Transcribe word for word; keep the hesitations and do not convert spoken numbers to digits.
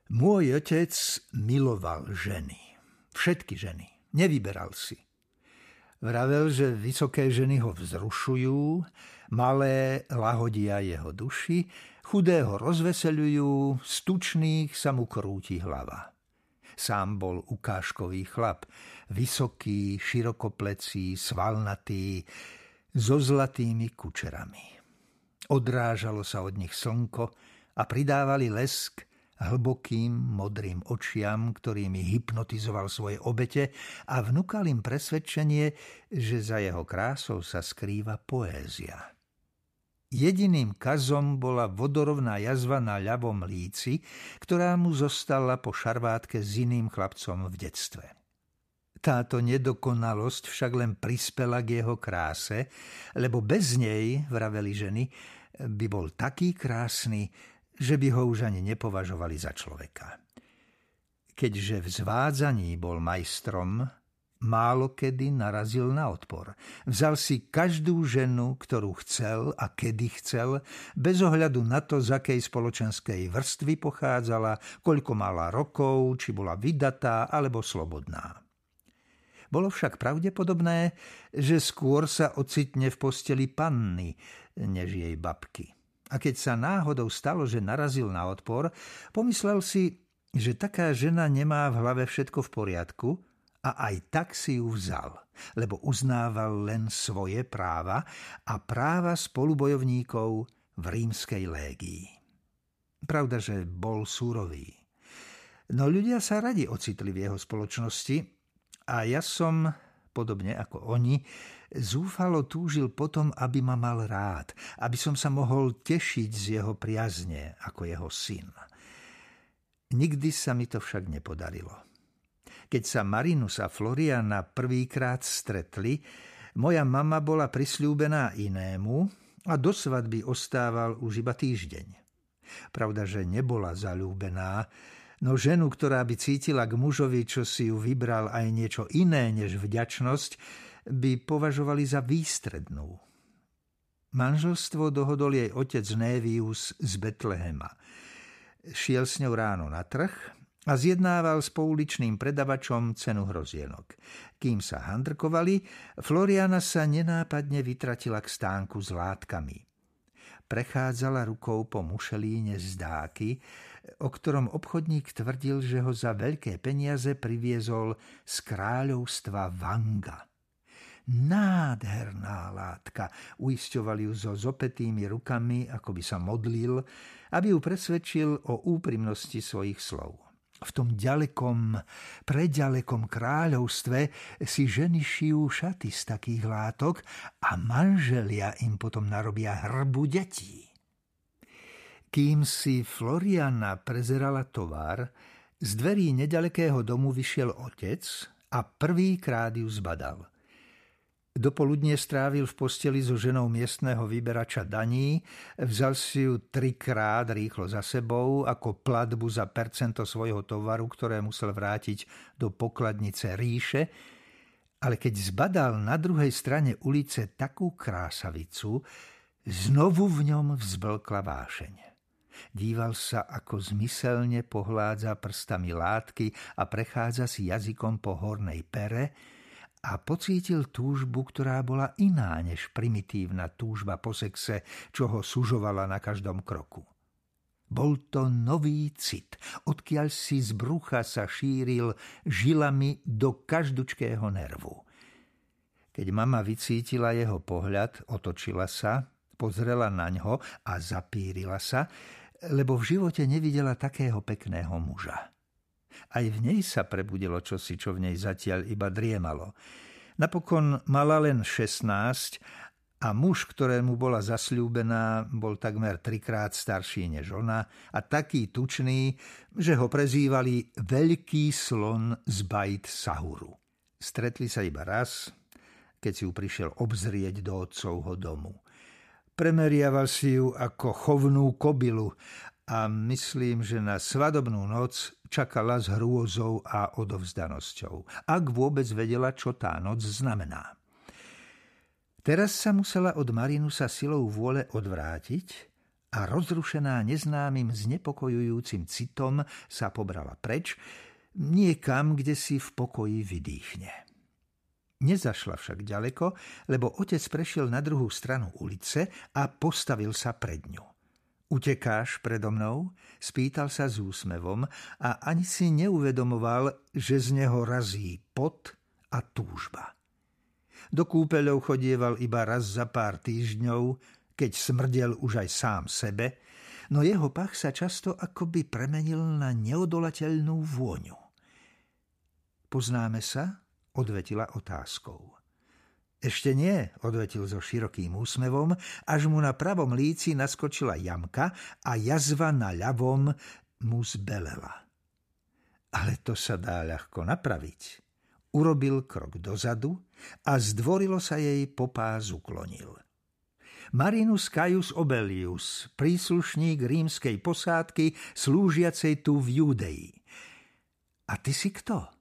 Môj otec miloval ženy. Všetky ženy. Nevyberal si. Vravel, že vysoké ženy ho vzrušujú, malé lahodia jeho duši, chudého rozveseľujú, z tučných sa mu krúti hlava. Sám bol ukážkový chlap, vysoký, širokoplecí, svalnatý, so zlatými kučerami. Odrážalo sa od nich slnko a pridávali lesk hlbokým modrým očiam, ktorými hypnotizoval svoje obete a vnúkal im presvedčenie, že za jeho krásou sa skrýva poézia. Jediným kazom bola vodorovná jazva na ľavom líci, ktorá mu zostala po šarvátke s iným chlapcom v detstve. Táto nedokonalosť však len prispela k jeho kráse, lebo bez nej, vraveli ženy, by bol taký krásny, že by ho už ani nepovažovali za človeka. Keďže v zvádzaní bol majstrom, málo kedy narazil na odpor. Vzal si každú ženu, ktorú chcel a kedy chcel, bez ohľadu na to, z akej spoločenskej vrstvy pochádzala, koľko mala rokov, či bola vydatá alebo slobodná. Bolo však pravdepodobné, že skôr sa ocitne v posteli panny, než jej babky. A keď sa náhodou stalo, že narazil na odpor, pomyslel si, že taká žena nemá v hlave všetko v poriadku a aj tak si ju vzal, lebo uznával len svoje práva a práva spolubojovníkov v rímskej légii. Pravda, že bol súrový. No ľudia sa radi ocitli v jeho spoločnosti a ja som, podobne ako oni, zúfalo túžil potom, aby ma mal rád, aby som sa mohol tešiť z jeho priazne ako jeho syn. Nikdy sa mi to však nepodarilo. Keď sa Marinus a Floriana prvýkrát stretli, moja mama bola prisľúbená inému a do svadby ostával už iba týždeň. Pravda, že nebola zaľúbená, no ženu, ktorá by cítila k mužovi, čo si ju vybral, aj niečo iné než vďačnosť, by považovali za výstrednú. Manželstvo dohodol jej otec Névius z Betlehema. Šiel s ňou ráno na trh a zjednával s pouličným predavačom cenu hrozienok. Kým sa handrkovali, Floriana sa nenápadne vytratila k stánku s látkami. Prechádzala rukou po mušelíne z dáky, o ktorom obchodník tvrdil, že ho za veľké peniaze priviezol z kráľovstva Vanga. Nádherná látka, uisťoval ju so zopätými rukami, ako by sa modlil, aby ju presvedčil o úprimnosti svojich slov. V tom ďalekom, preďalekom kráľovstve si ženy šijú šaty z takých látok a manželia im potom narobia hrbu detí. Kým si Floriana prezerala tovar, z dverí neďalekého domu vyšiel otec a prvýkrát ju zbadal. Dopoludnie strávil v posteli so ženou miestneho vyberača daní, vzal si ju trikrát rýchlo za sebou ako platbu za percento svojho tovaru, ktoré musel vrátiť do pokladnice ríše, ale keď zbadal na druhej strane ulice takú krásavicu, znovu v ňom vzblkla vášeň. Díval sa, ako zmyselne pohládza prstami látky a prechádza si jazykom po hornej pere, a pocítil túžbu, ktorá bola iná než primitívna túžba po sexe, čo ho sužovala na každom kroku. Bol to nový cit, odkiaľ si z brucha sa šíril žilami do každučkého nervu. Keď mama vycítila jeho pohľad, otočila sa, pozrela na ňo a zapírila sa, lebo v živote nevidela takého pekného muža. Aj v nej sa prebudilo čosi, čo v nej zatiaľ iba driemalo. Napokon mala len šestnásť a muž, ktorému bola zasľúbená, bol takmer trikrát starší než ona a taký tučný, že ho prezývali Veľký slon z Bajt Sahuru. Stretli sa iba raz, keď si ju prišiel obzrieť do otcovho domu. Premeriaval si ju ako chovnú kobylu a myslím, že na svadobnú noc čakala s hrôzou a odovzdanosťou, ak vôbec vedela, čo tá noc znamená. Teraz sa musela od Marinusa silou vôle odvrátiť a rozrušená neznámym znepokojujúcim citom sa pobrala preč, niekam, kde si v pokoji vydýchne. Nezašla však ďaleko, lebo otec prešiel na druhú stranu ulice a postavil sa pred ňu. Utekáš predo mnou? Spýtal sa s úsmevom a ani si neuvedomoval, že z neho razí pot a túžba. Do kúpeľov chodieval iba raz za pár týždňov, keď smrdel už aj sám sebe, no jeho pach sa často akoby premenil na neodolateľnú vôňu. Poznáme sa? Odvetila otázkou. Ešte nie, odvetil so širokým úsmevom, až mu na pravom líci naskočila jamka a jazva na ľavom mu zbelela. Ale to sa dá ľahko napraviť. Urobil krok dozadu a zdvorilo sa jej po pás uklonil. Marinus Caius Obellius, príslušník rímskej posádky slúžiacej tu v Judei. A ty si kto?